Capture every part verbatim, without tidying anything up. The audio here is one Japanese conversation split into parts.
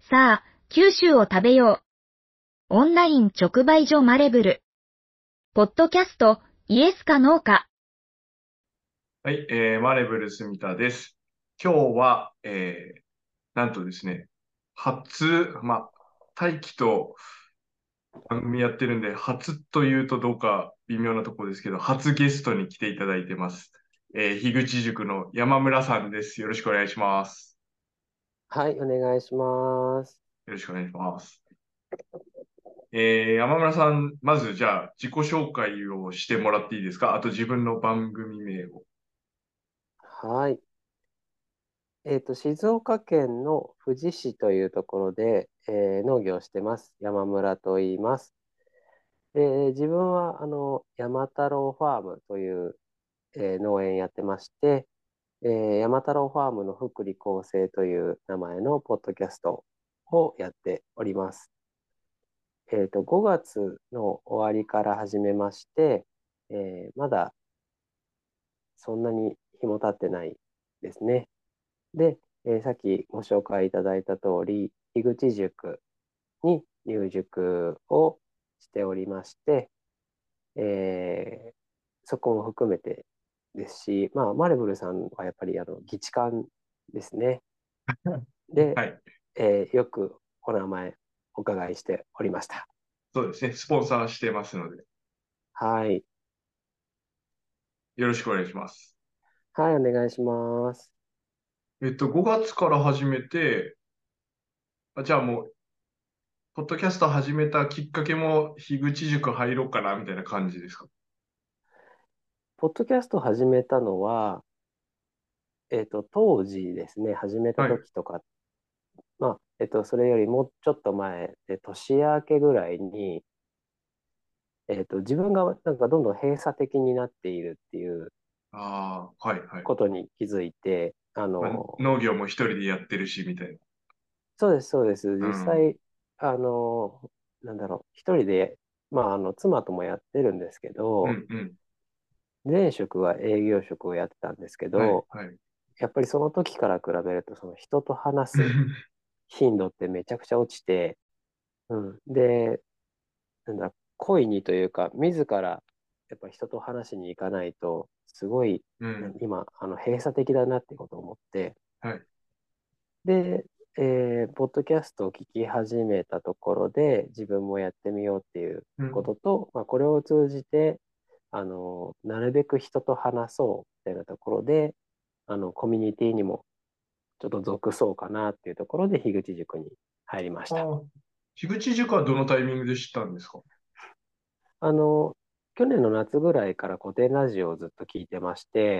さあ、九州を食べよう。オンライン直売所マレブル。ポッドキャスト、イエスかノーか。 はい、えー、マレブルスミタです。今日は、えー、なんとですね、初、まあ、大輝と番組やってるんで、初というとどうか微妙なところですけど、初ゲストに来ていただいてます。えー、樋口塾の山村さんです。よろしくお願いします。 はい、お願いします。 よろしくお願いします。えー、山村さん、まずじゃあ自己紹介をしてもらっていいですか？あと自分の番組名を。 はい。えっと、静岡県の富士市というところで、えー農業をしてます。山村と言います。で、自分は、あの、山太郎ファームという、えー農園やってまして、えー山太郎ファームの福利厚生という名前のポッドキャストをやっております。えっと、ごがつの終わりから始めまして、えーまだそんなに日も経ってないですね。で、えーさっきご紹介いただいた通り、樋口塾に入塾をしておりまして、えーそこも含めてですし、まあ、マレブルさんはやっぱりあの、議事官ですね。で、 はい。 えーよくお名前お伺いしておりました。 そうですね。スポンサーしてますので、 はい。 よろしくお願いします。 はい、お願いします。 えっと、ごがつから始めて、あ、じゃあもう、ポッドキャスト始めたきっかけも、樋口塾入ろうかな、みたいな感じですか？ ポッドキャストを始めたのは、えっと、当時ですね、始めたはい。 時とか、まあ、えっと、それよりもうちょっと前で、年明けぐらいに、えっと、自分がなんかどんどん閉鎖的になっているっていうああ、はい、はい。 ことに気づいて、あまあ、 の、 農業も一人でやってるし、みたいそうです、そうです。 な。う実ん。 際、あの、なんだろう、一人で、まあ、あの、妻ともやってるんですけど、 うん、うん。 前職は営業職をやってたんですけはい、 ど、 はい。 やっぱりその時から比べると、その人と話す頻度ってめちゃくちゃ落ちて、うん。で、なんだ、故意にというか、自らやっぱ人と話しに行かないと、すごい、 うん。 な今、あの、閉鎖的だなってことを思って、 はい。 で、えーポッドキャストを聞き始めたところで、自分もやってみようっていううん。 ことと、まあ、これを通じて、あの、なるべく人と話そうみたいなところで、あの、コミュニティにもちょっと属そうかなっていうところで、樋口塾に入りました。 ああ、樋口塾はどのタイミングで知ったんですか？ あの、去年の夏ぐらいから古典ラジオをずっと聞いてまして、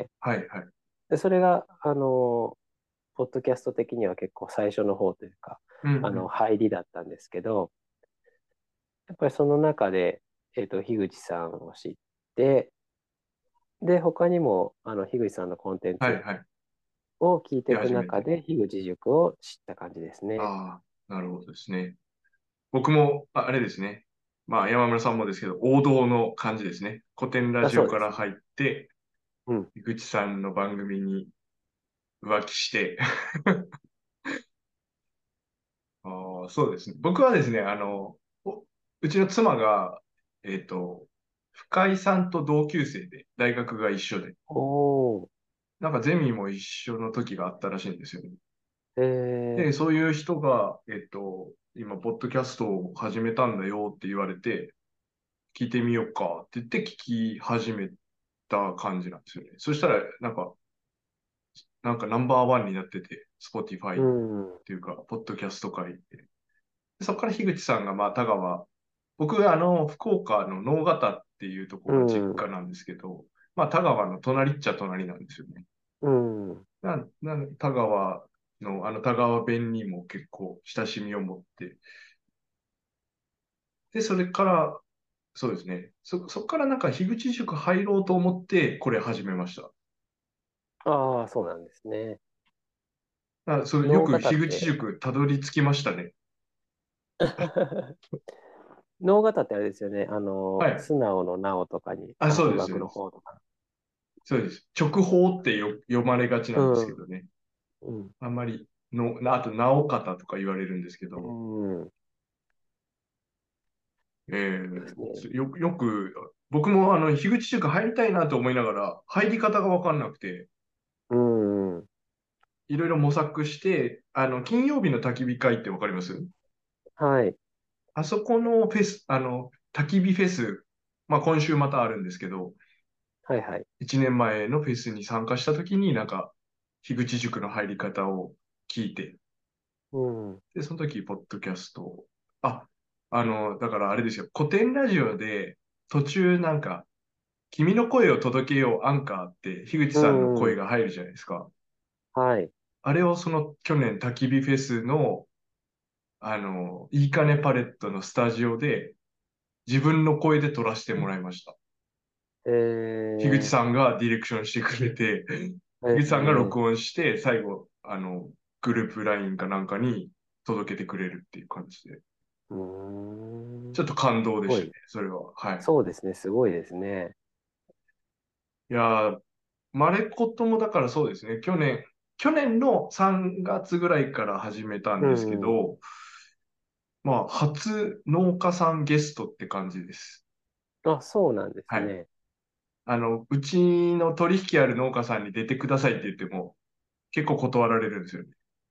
はい、はい。 で、それが、あの、ポッドキャスト的には結構最初の方というか、 うん、 あの、 うん。 入りだったんですけど、やっぱりその中で、えっと、樋口さんを知って、で、他にも、あの、樋口さんのコンテンはい、 ツはい。 を聞いていで、 く初めて。 中で、樋口塾を知った感じですね。 ああ、なるほどですね。僕も、ああれですね。まあ、山村さんもですけど、王道の感じですね。古典ラあ、 ジオそうですね。 から入って、 うん。 井口さんの番組に浮気してああ、そうですね。僕はですね、あの、おうちの妻が、えっと、深井さんと同級生で、大学が一緒で、 おー、 なんかゼミも一緒の時があったらしいんですよね。 えで、そういう人が、えっと、今、ポッドキャストを始めたんだよって言われて、聞いてみようかって言って聞き始めた感じなんですよね。そしたら、なんか、なんかナンバーワンになってて、 ー、 Spotify っうん、 ていうか、ポッドキャスト界で。そこから樋口さんが、まあ、田川、僕、あの、福岡の直方っていうとこうろが実ん、 家なんですけど、まあ、田川の隣っちゃ隣なんですよね。 うん。 な、な、田川の、あの、田川弁にも結構親しみを持って、で、それから、そうですね。そ、そこからなんか、樋口塾入ろうと思って、これ始めました。 ああ、そうなんですね。 あ、それ、よ脳く樋口型って、 塾たどり着きましたね。 脳型ってあれですよね。あの、 はい。 素直の直とかに、 あ、そうです、そう数学のです。 方とか。 そうです。直法ってよ読まれがちなんですけうん、 どね。 うん。 あんまりの、なあと、直方とか言われるんですけうど、 ん。 えですね。 ー、よ、よく、僕もあの、樋口塾入りたいなと思いながら、入り方がわかんなくて、 うん。 いろいろ模索して、あの、金曜日の焚き火会ってわかります？ はい。 あそこのフェス、あの、焚き火フェス、まあ今週またあるんですけど、 はいはい。 いちねんまえのフェスに参加した時になんか、樋口塾の入り方を聞いて、 うん。 で、その時、ポッドキャストを、あ、あの、だからあれですよ、古典ラジオで途中なんか、君の声を届けようアンカーって樋口うさんの声ん。 が入るじゃないですか。 はい。 あれをその去年焚き火フェスの、あの、いいかねパレットのスタジオで自分の声で撮らせてもらいました。 えー、 樋口さんがディレクションしてくれて、 え樋口さんがー、 録音して、最後、あの、グループラインかなんかに届けてくれるっていう感じで、 うーん。 ちょっと感動でしたね、 すごい。 それは。はい。 そうですね。すごいですね。 いやー、マレコットもだからそうですね、去年、去年のさんがつぐらいから始めたんですけうん。 ど、まあ、初農家さんゲストって感じです。 あ、そうなんですはい。 ね。 あの、うちの取引ある農家さんに出てくださいって言っても、結構断られるんですよね。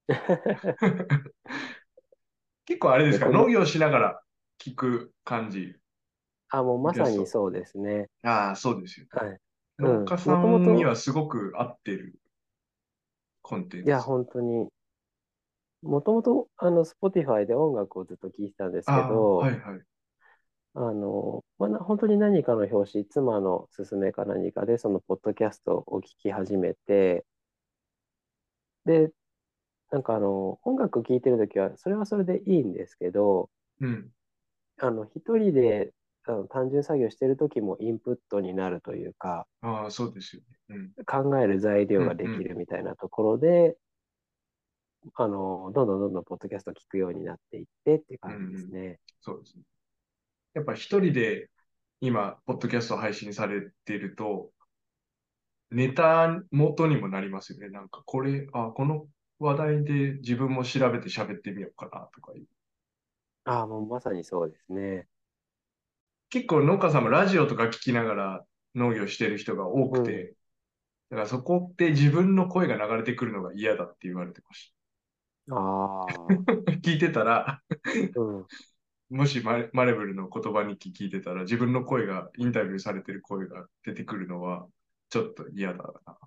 結構あれですか、 結構の、 農業しながら聞く感じ、 あ、もうまさゲスト。 にそうですね。 ああ、そうですよね。 はい。うん。 農家さもともと、 んにはすごく合ってるコンテいや、 ンツ。 本当に、もともと、あの、Spotify で音楽をずっと聴いてたんですけああ、はど、 いはい。 あの、まあ、な本当に何かの表紙、妻の勧めか何かで、そのポッドキャストを聞き始めて、で、なんかあの、音楽聴いてるときは、それはそれでいいんですけど、 うん。 あの、一人で、あの、単純作業してるときもインプットになるというか、 ああ、そうですよね。うん。 考える材料がうんうん。 できるみたいなところで、あの、どんどんどんどんポッドキャストを聞くようになっていってっていううんう感じですん。 ね。 そうですね。やっぱ一人で今、ポッドキャスト配信されてると、ネタ元にもなりますよね。なんか、これ、あ、この話題で自分も調べて喋ってみようかなとかいう。 ああ、もうまさにそうですね。 結構農家さんもラジオとか聞きながら農業してる人が多うん。 くて、だからそこって自分の声が流れてくるのが嫌だって言われてましああ、 た。聞いてたら、 うん。 もしマレ、マレブルの言葉日記聞いてたら、自分の声が、インタビューされてる声が出てくるのは、ちょっと嫌だな。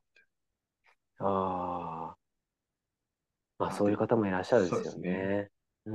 ああ、まああと、 そういう方もいらっしゃるんですよそうですね。 ね。うん。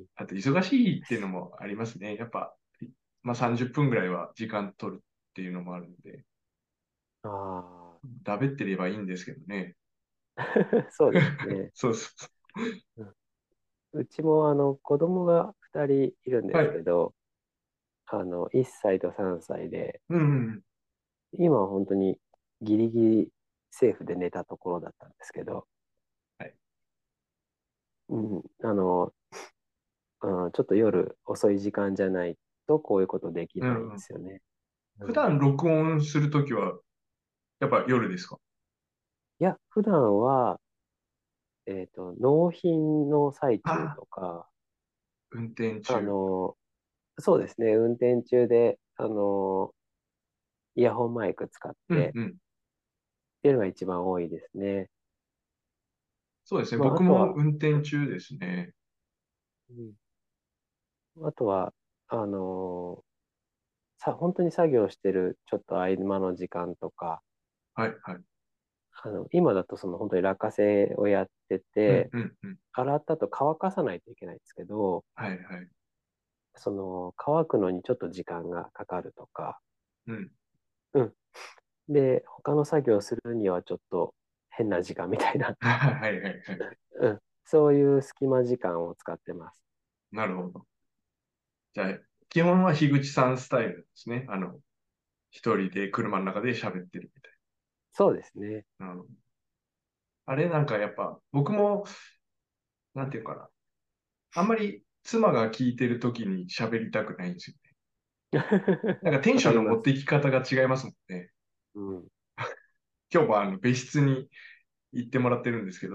あと、忙しいっていうのもありますね。やっぱ、まあさんじゅっぷんぐらいは時間取るっていうのもあるので、 あだべってればいいんですけどね。 あ、そうですね。 そうそうそうんうちもあの子供がふたりいるんう。 ではい。 すけど、あのいっさいとさんさいで、 うんうんうん。 今は本当にギリギリセーフで寝たところだったんですけど、 はい。 うん、あの、うん、ちょっと夜遅い時間じゃないとこういうことできないんでうんうん。 すよね。うん、 普段録音するときは、やっぱ夜ですか？ いや、普段は、えっと、納品の最中ああ、 とか、 運転あ中。 の、そうですね、運転中で、あの、イヤホンマイク使ってうんうん。 っていうのが一番多いですね。 そうですね。 まあ、あ僕とは、 も運転中ですね。 うん、あとは、あの、さ、本当に作業してるちょっと合間の時間とか、 はいはい。 あの、今だとその本当に落花生をやってうんて、 うんうん。 洗った後乾かさないといけないんですけど、 はいはい。 その乾くのにちょっと時間がかかるとか、 うん。 うん。で、他の作業をするにはちょっと変な時間みたいな、 はいはいはい。 うん。そういう隙間時間を使ってます。 なるほど。じゃあ、基本は樋口さんスタイルですね。あの、一人で車の中で喋ってるみたいそうですね。 な。うん、あれなんかやっぱ、僕も、なんていうかな。あんまり妻が聞いてる時に喋りたくないんですよね。なんかテンションのわかります。 持っていき方が違いますもんね。 うん。 今日もあの別室に行ってもらってるんですけど、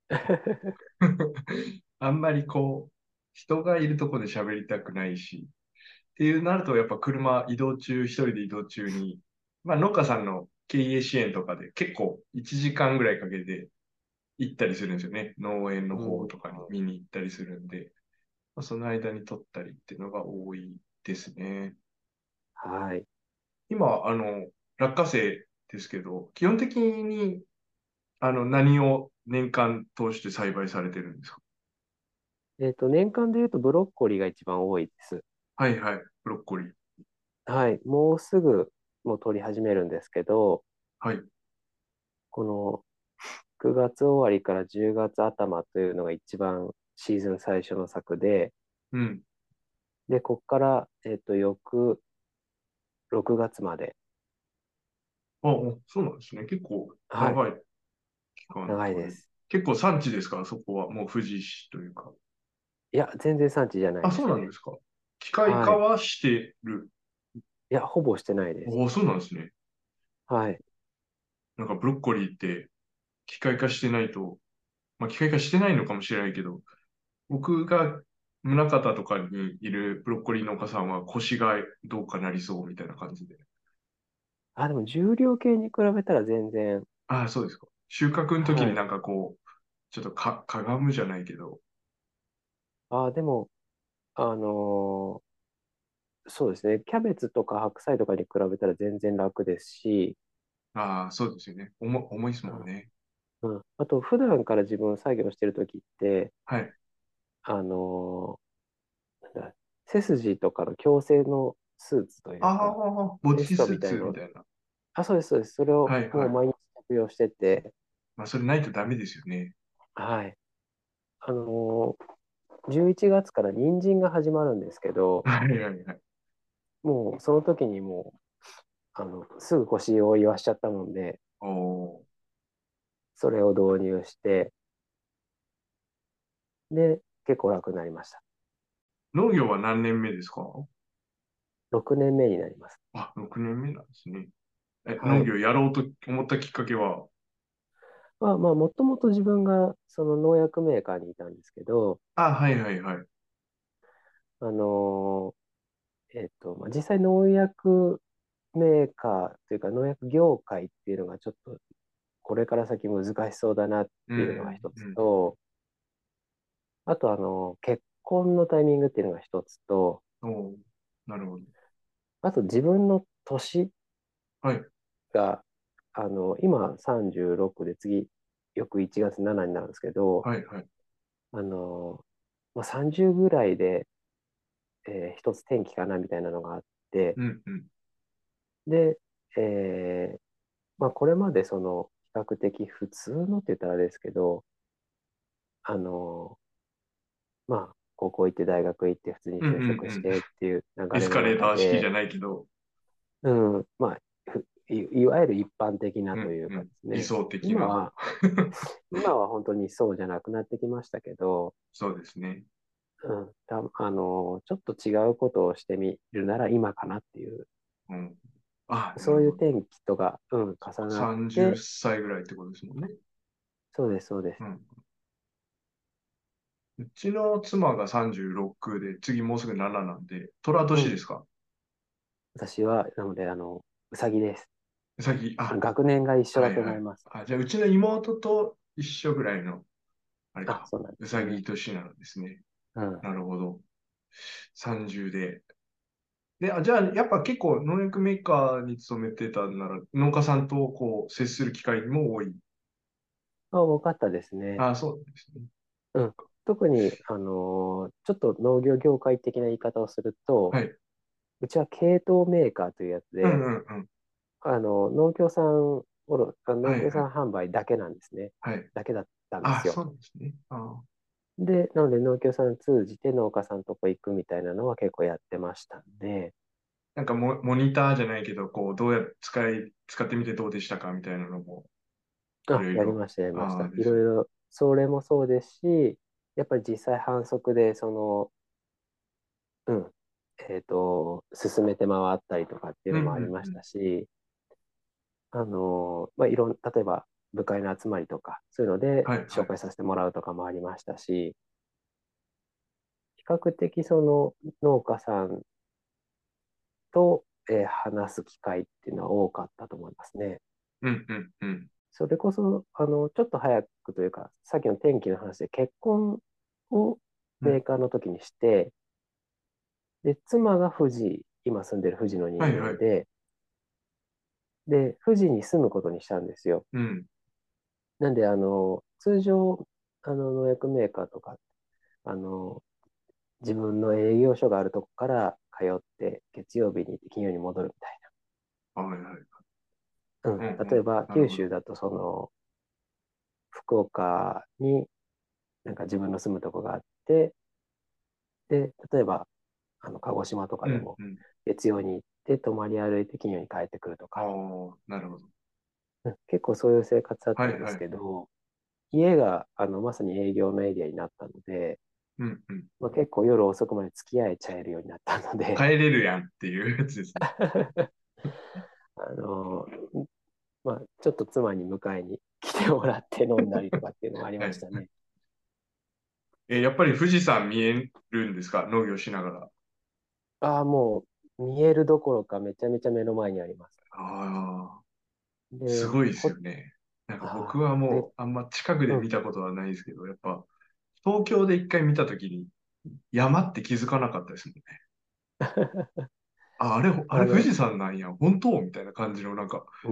あんまりこう、人がいるとこで喋りたくないし、っていうなると、やっぱ車移動中、一人で移動中に、まあ農家さんの経営支援とかで結構いちじかんぐらいかけて行ったりするんですよね。農園のうん、 方とかに見に行ったりするんで、まあ、その間に撮ったりっていうのが多いですね。 はい。 今、あの、落花生ですけど、基本的に、あの、何を年間通して栽培されてるんですか？ えっと、年間で言うとブロッコリーが一番多いです。 はいはい。ブロッコリー。 はい。もうすぐ、もう取り始めるんですけど、 はい。 このくがつ終わりからじゅうがつ頭というのが一番シーズン最初の作で、 うん。 で、こっから、えっと、翌ろくがつまで、 あ、おそうなんですね。結構はい、 長い期間取れる。 長いです。 結構産地ですか、そこは？もう富士市というか。 いや、全然産地じゃないあ、 ですね。 そうなんですか。機械はい。 化はしてる？ いや、ほぼしてないです。 おお、そうなんですね。 はい。 なんかブロッコリーって機械化してないと、まあ機械化してないのかもしれないけど、僕が宗像とかにいるブロッコリー農家さんは腰がどうかなりそうみたいな感じで。 あ、でも重量系に比べたら全然、 ああ、そうですか。収穫の時はい。 になんかこう、ちょっとか、かがむじゃないけど。 あ、でも、あのーそうですね。キャベツとか白菜とかに比べたら全然楽ですし、 ああ、そうですよね。重、重いですうん、 もんね。 うん。あと、普段から自分作業してるときって、 はい。 あのーなんだ、背筋とかの矯正のスーツといあうか、 あ、ボデベスィスートみたいの、 ツみたいな。 あ、そうです、そうです。それをはいはい。 もう毎日着用してて、 まあ、それないとダメですよね。 はい。あのーじゅういちがつから人参が始まるんですけど、 はいはいはい。 もうその時にもう、あの、すぐ腰を言わしちゃったもんで、 おー。 それを導入して、で、結構楽になりました。 農業は何年目ですか？ ろくねんめになります。 あ、ろくねんめなんですね。え、 はい。 農業やろうと思ったきっかけは？ まあまあ、もともと自分がその農薬メーカーにいたんですけど、 あ、はいはいはい。 あのーえっと、まあ、実際農薬メーカーというか農薬業界っていうのがちょっとこれから先難しそうだなっうていうのがん、 一つうん。 と、あとあの、結婚のタイミングっていうのが一つと、 おー、なるほど。 あと自分の年はい、 が、あの、今さんじゅうろくで次、よくいちがつしちになるんですけど、 はい、はい。 あの、まあ、さんじゅうぐらいで、えー一つ転機かなみたいなのがあって、 うん、うん。 で、えーまあ、これまでその、比較的普通のって言ったらあれですけど、あの、まあ、高校行って大学行って普通にうん、うん、 就職しうん。 てっていう流エスれのカレーター式じゃ中で、 ないけど、 うん、まあ、ふい、いわゆる一般的なうん、 といううん。 かですね、 理想的な。 今は、今は本当にそうじゃなくなってきましたけど、 そうですね。 うん、た、あの、ちょっと違うことをしてみるなら今かなっていう、 うん。あ、なそういうるほど。 転機とが、うん、 そっか、 重なっ 30 て、 歳ぐらいってことですもんね。 そうです、そうです。 うん。うちの妻がさんじゅうろくで、次もうすぐなななんで、寅うん。 年ですか？ 私は、なので、あの、うさぎです。 うさぎ、あ、 学年が一緒だはいはい。 と思います。 あ、じゃあ、うちの妹と一緒ぐらいの、あれあ、 か、 そうなんでうさぎすね。 年なんですね。 うん。 なるほど。さんじゅうで。で、あ、じゃあ、やっぱ結構農薬メーカーに勤めてたんなら、農家さんとこう、接する機会も多い？ あ、多かったですね。 あ、そうですね。 うん。特に、あのーちょっと農業業界的な言い方をすると、 はい。 うちは系統メーカーというやつうんで、 うんうん。 あの、農協さんおろ、あ農協さんはいはい。 販売だけなんですね。 はい。 だけだったんであ、 すよ。 そうなんですね。あ、 で、なので農協さん通じて農家さんとこ行くみたいなのは結構やってましたんで、 なんかモ、モニターじゃないけど、こう、どうやって使い、使ってみてどうでしたかみたいなのも、いあ、 ろいろ。 やりました、やりましああ、 た。 ですよ。 いろいろ、それもそうですし、やっぱり実際反則で、その、うん、えっと、進めて回ったりとかっていううんのもありましうんたし、あの、まあ、いろん、例えば、 部会の集まりとか、そういうのではい、はい。 紹介させてもらうとかもありましたし、比較的その農家さんと、えー話す機会っていうのは多かったと思いますね。 うん、うん、うん。 それこそ、あの、ちょっと早くというか、さっきの天気の話で結婚をうん。 メーカーの時にして、で、妻が富士、今住んでる富士の人はい、はい。 間で、で、富士に住むことにしたんですよ。 うん。 なんで、あの、通常、あの、農薬メーカーとか、あの、自分の営業所があるとこから通って、月曜日に行って金曜に戻るみたいはい、はい。 な。ううん、 ん。 うん。 例えば、九なるほど。 州だと、その、福岡になんか自分の住むとこがあって、で、例えば、あの、鹿児島とかうん、 でも、 うん。 月曜に行って、泊まり歩いて金曜に帰ってくるとあか、 あ、なるほど。 うん、結構そういう生活だっはい、 たんですはい。 けど、家が、あの、まさに営業のエリアになったので、 うん、うん。 まあ、結構夜遅くまで付き合えちゃえるようになったので、 帰れるやんっていうやつですね。 あの、まあ、ちょっと妻に迎えに来てもらって飲んだりとかっていうのもありはい。 ましたね。 え、やっぱり富士山見えるんですか？農業しながら。 ああ、もう見えるどころかめちゃめちゃ目の前にあります。 ああ、すで、 ごいですほ、 よね。なんか僕ああ、で、 はもうあんま近くでうん。 見たことはないですけど、やっぱ東京で一回見たときに山って気づかなかったですもんね。あ、あれ、ああの、 れ富士山なんや、本当みたいな感じのなんか、 うん、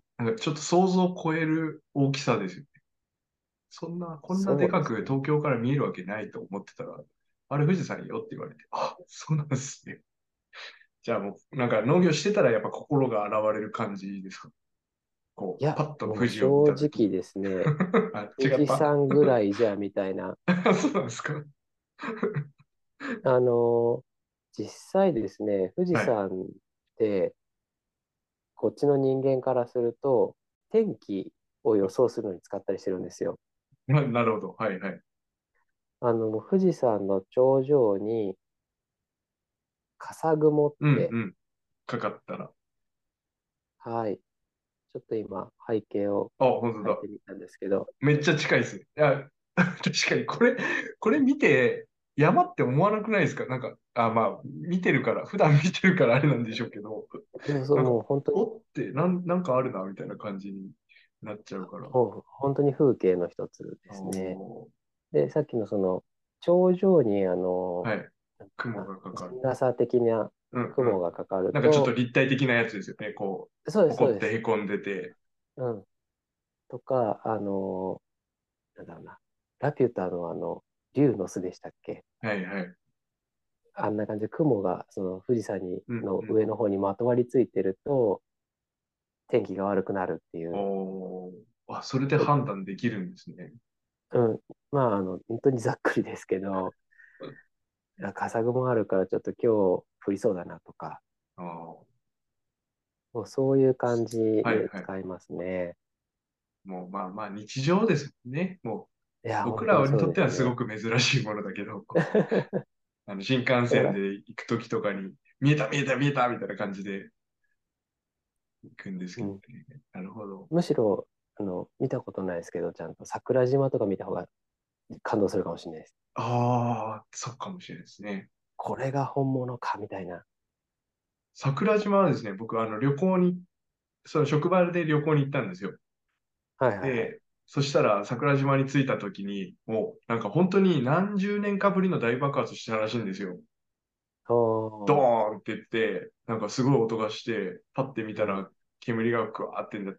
なんかちょっと想像を超える大きさですよね。そんな、こんなでかくそうですね。 東京から見えるわけないと思ってたら、あれ富士山よって言われて、あ、そうなんですね。じゃあもう、なんか農業してたらやっぱ心が洗われる感じですか？こう、 いや、 パッともう富士を見正たとき。 直ですね、 あ、違富士った山ぐらいじゃみたいな、 そうなんですか？ あの、実際ですね、富士はい。 山ってこっちの人間からすると、天気を予想するのに使ったりしてるんですよ。 な、なるほど。はいはい。 あの、富士山の頂上に笠雲って、 うんうん。かかったら。 はい、ちょっと今背景をあ、本当だ。 変えてみたんですけど、 めっちゃ近いですね。いや、確かにこれ、これ見て山って思わなくないですか？なんか、あ、まあ、見てるから、普段見てるからあれなんでしょうけど、 そうそう、 なんか、 もう本当に、 おって、なん、なんかあるな、みたいな感じになっちゃうから。 もう本当に風景の一つでおすね。 ー、 で、さっきのその、頂上にあの、 はい。 なんだろう雲な、 がかかる。 陣笠的なうんうん。 雲がかかるなんかちょっとと、 立体的なやつですよね。こう、 そうです、 ポコっそうです。 てへこんでて。 うん。とか、あの、なんだろうな、ラピュタのあの、竜の巣でしたっけ？ はいはい。 あんな感じで雲がその富士山にのうんうん。 上の方にまとわりついてると天気が悪くなるっていう、 おー。あ、それでちょ、 判断できるんですね。 うん、まあ、あの、本当にざっくりですけど、あ笠雲あるからちょっと今日降りそうだなとか、 あー、 もうそういう感じはいはい。 で使いますね。 もうまあまあ日常ですもんね。もいや、 う僕本当にそうらにとってですね。 はすごく珍しいものだけど、あの新幹だから、 線で行くときとかに見えた見えた見えたみたいな感じで行くんですけどね。 うん、 なるほど。 むしろ、あの、見たことないですけど、ちゃんと桜島とか見た方が感動するかもしれないです。 ああ、そうかもしれないですね。 これが本物か、みたいな。 桜島はですね、僕あの旅行に、その職場で旅行に行ったんですよ。 はいはいはい。 で、そしたら桜島に着いた時に、もうなんか本当に何十年かぶりの大爆発したらしいんですよ。ドおー、 ーンって言って、なんかすごい音がして、パッて見うん、 たら煙がクワーってなって、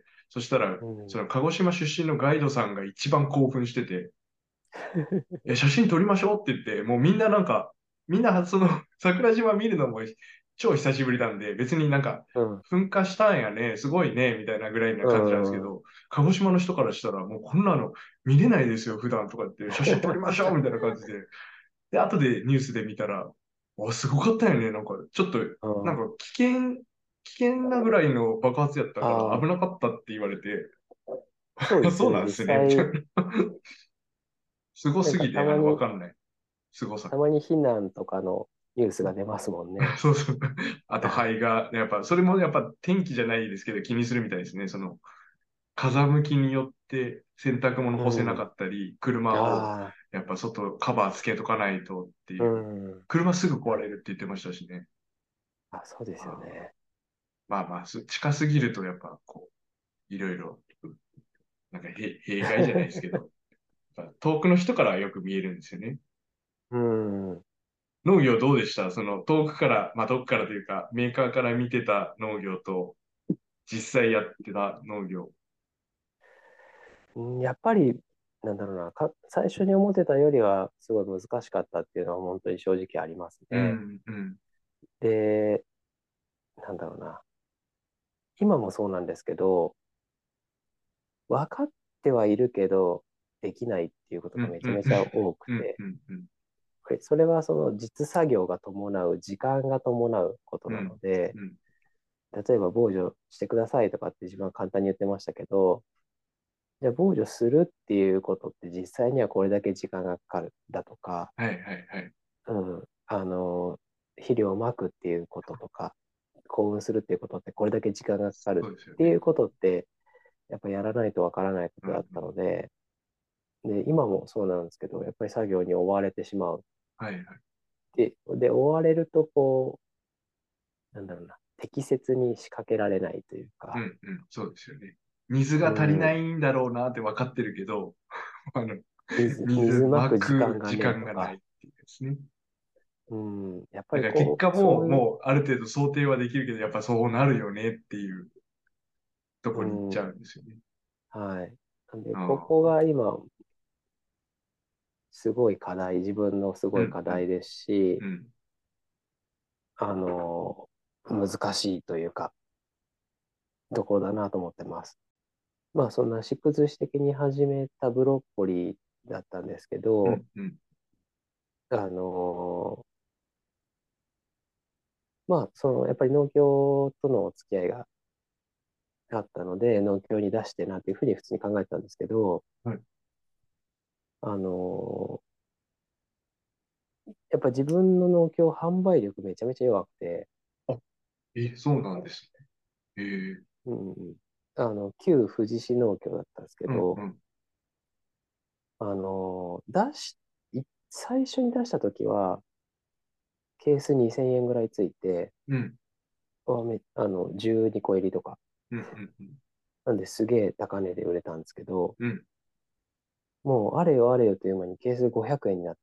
そしたら、 うん。 その鹿児島出身のガイドさんが一番興奮してて、いや、写真撮りましょうって言って、もうみんななんか、みんなその桜島見るのも超久しぶりなんで、別になんか、 うん、 噴火したんやね、すごいね、みたいなぐらいなう感じなんですけん。 ど、鹿児島の人からしたら、もうこんなの見れないですよ、普段とか言って、写真撮りましょうみたいな感じで。で、後でニュースで見たら、わ、すごかったよね、なんか、ちょっと、 うん。 なんか危険、危険なぐらいの爆発やったからああ、 危なかったって言われて、 そうですそうよね。実なんですね、みたい際、 な。すごなんかすぎて、なんかわたまに、 かんない。すごさ。 たまに避難とかのニュースが出ますもんね。 そうそう。あと肺が、やっぱ、それもやっぱ天気じゃないですけど気にするみたいですね。その、 風向きによって洗濯物う干せなかん。 ったり、車をあやっぱ外カバーつけとかないとってあ、ういう。 ん。 車すぐ壊あ、 れるって言ってましたしね。 あ、そうですよあーね。 まあまあ、す近すぎるとやっぱこう、いろいろ、なんかへ弊害じゃないですけど、やっぱ遠くの人からはよく見えるんですよね。 うん。 農業どうでした？その遠くから、まあ遠くからというか、メーカーから見てた農業と実際やってた農業。 うんやっぱり、なんだろうな、か、最初に思ってたよりは、すごい難しかったっていうのは本当に正直ありますうね。 ん、うん、 で、なんだろうな、今もそうなんですけど、分かってはいるけど、できないっていうことうん、 がめちうん、 ゃめちゃ多くうん、 て、 うん、うん、 これそれはその実作業が伴う、時間が伴うことなうん、 ので、 うん、 例えば防除してくださいとかって自分は簡単に言ってましたけど、じゃあ防除するっていうことって実際にはこれだけ時間がかかるだとか、 はい、はい、はい。 うん、あの、肥料をまくっていうこととか、幸運するっていうことってこれだけ時間がかかるそうですよね。 っていうことって、やっぱやらないとわからないこうん、うん。 とだったので、で、今もそうなんですけど、やっぱり作業に追われてしまう。 はい、はい。 で、で、追われるとこう、なんだろうな、適切に仕掛けられないというか、 うん、うん、そうですよね。水うが足りなん、 いんだろうなって分かってるけど、あの、 水、 水ま水まく時間くが時間がないっねとか、 ていうですね。 うん、やっぱだから結りこう、 果も、 そういう、 もうある程度想定はできるけど、やっぱそうなるよねっていうとこに行っちゃうん、 うんですよね。 はい。なんで、 あここあ、 が今、すごい課題、自分のすごいうん、うん、 課題ですし、 うん、 あの、難しいというか、ところだなと思ってます。まあ、そんなしくずし的に始めたブロッコリーだったんですけど、 うん、うん、 あの、まあ、その、やっぱり農協とのお付き合いがあったので、農協に出してなというふうに普通に考えてたんですけど、 はい。 あの、やっぱ自分の農協販売力めちゃめちゃ弱くて、 あ、え、そうなんですね。ええ、 うんうん、あの、旧富士市農協だったんですけうん、 ど、 うん、 あの、出し、い最初に出した時は、ケースにせんえんぐらいついて、 うん、 あめあの、じゅうにこ入りとか。 うん、うん、うん、 なんですげえ高値で売れたんですけど、 うん。 もうあれよあれよという間にケースごひゃくえんになって、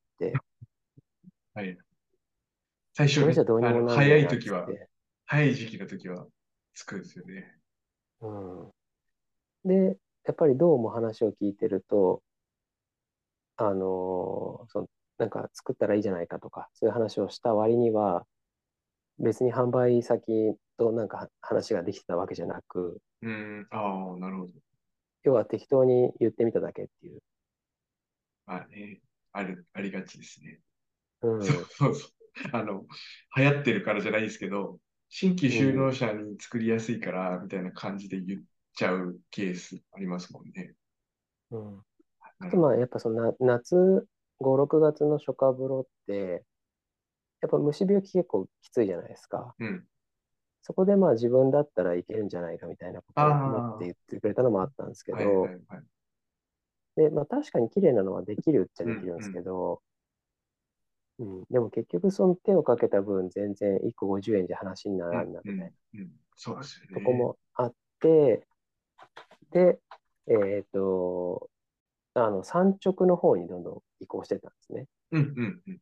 はい。最初ね、 これじゃどうにあの、 もなんね早えなっい時は、 つって。 早い時期の時はつくんですよね。 うん。で、やっぱりどうも話を聞いてると、あのーその、なんか作ったらいいじゃないかとか、そういう話をした割には、別に販売先となんか話ができてたわけじゃなく、 うん、ああ、なるほど。 要は適当に言ってみただけっていう。 まあね、ある、ありがちですね。 うそうん。 そうそう。あの、流行ってるからじゃないですけど、新規就うん。 農者に作りやすいから、みたいな感じで言っちゃうケースありますもんね。 うん。あとまあ、 なるほど。 やっぱそのな夏、ご、ろくがつの初夏風呂って、やっぱ虫病気結構きついじゃないですか。 うん。 そこでまあ自分だったらいけるんじゃないかみたいなことあを思って言っあ、 てくれたのもあったんですけはいはど、 いはい。 で、まあ確かに綺麗なのはできるっちゃうん、 できるんですけうん、 ど、うん、でも結局その手をかけた分全然いっこごじゅうえんじゃ話になうん、 らんなみたいなうん、うん。そうですよとこね。 もあって、で、えっと、あの、産直の方にどんどん移行してたんですね。 うん、うん、うん、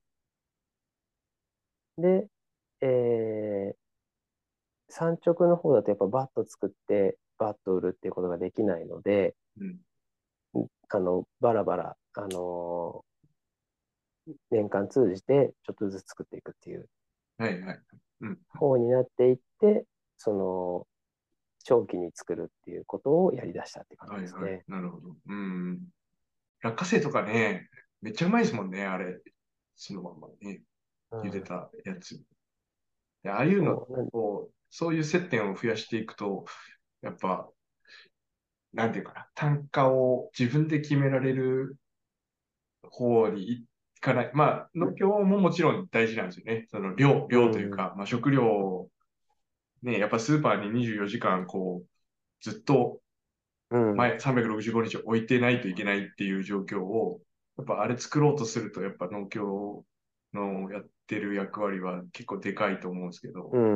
で、えー産直の方だとやっぱバット作ってバット売るっていうことができないので、 うん。 あの、バラバラ、あの年間通じてちょっとずつ作っていくっていうはいはい。うん。 方になっていって、その、長期に作るっていうことをやり出したって感じはいはい。 ですね。 なるほど。うん。落花生とかね、めっちゃうまいですもんね、あれ。そのまんまね、 うん、 茹でたやつ。でああいうのそう、なんを、そういう接点を増やしていくと、やっぱ、なんていうかな、単価を自分で決められる方に行かない。まあ、農協ももちろん大事なんですよね。その量、 うん、 量というか、まあ食料、ね、やっぱスーパーににじゅうよじかん、こう、ずっとうん。 前さんびゃくろくじゅうごにち置いてないといけないっていう状況を、やっぱあれ作ろうとすると、やっぱ農協のやってる役割は結構でかいと思うんですけど、 うん。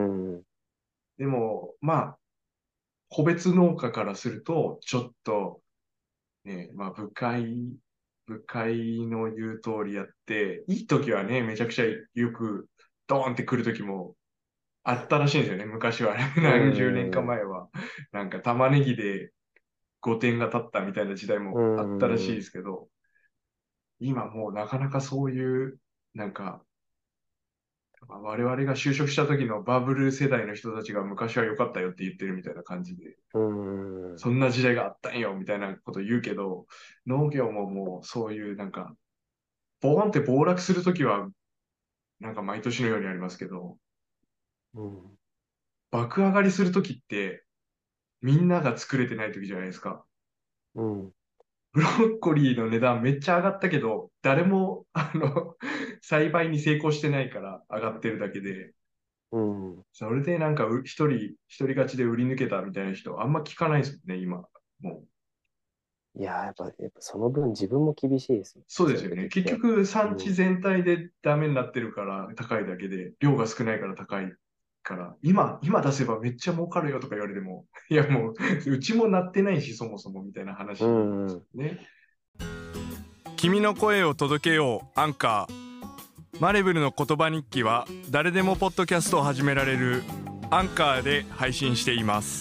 でも、まあ、個別農家からすると、ちょっと、ね、まあ、部会、部会の言う通りやって、いい時はね、めちゃくちゃよく、ドーンって来る時もあったらしいんですよね。昔は、 う何十年かん。 前は。なんか玉ねぎでごてんが立ったみたいな時代うもあったらしいでん。 すけど、今もうなかなかそういう、なんか、まあ我々が就職した時のバブル世代の人たちが昔は良かったよって言ってるみたいな感じで、 うん。 そんな時代があったんよみたいなこと言うけど、農業ももうそういうなんか、ボーンって暴落する時は、なんか毎年のようにありますけど、 うん。 爆上がりする時ってみんなが作れてない時じゃないですか。 うん。 ブロッコリーの値段めっちゃ上がったけど、誰も、あの、栽培に成功してないから上がってるだけで、 うん。 それでなんかう一人、一人勝ちで売り抜けたみたいな人、あんま聞かないですもんね、今。もう。 いやー、やっぱ、やっぱその分自分も厳しいですもんね、そういうそうですよね。 時って。 結局産地うん。 全体でダメになってるから高いだけで、量が少ないから高いから、今、今出せばめっちゃ儲かるよとか言われても、いやもう、うちもなってないし、そもそもみたいなう話ですん。 よね。 君の声を届けようアンカー。マレブルの言葉日記は誰でもポッドキャストを始められるアンカーで配信しています。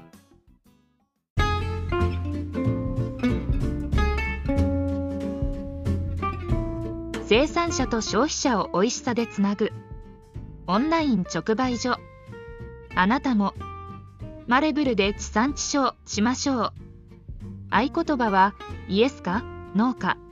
生産者と消費者を美味しさでつなぐオンライン直売所。あなたもマレブルで地産地消しましょう。合言葉はイエスかノーか。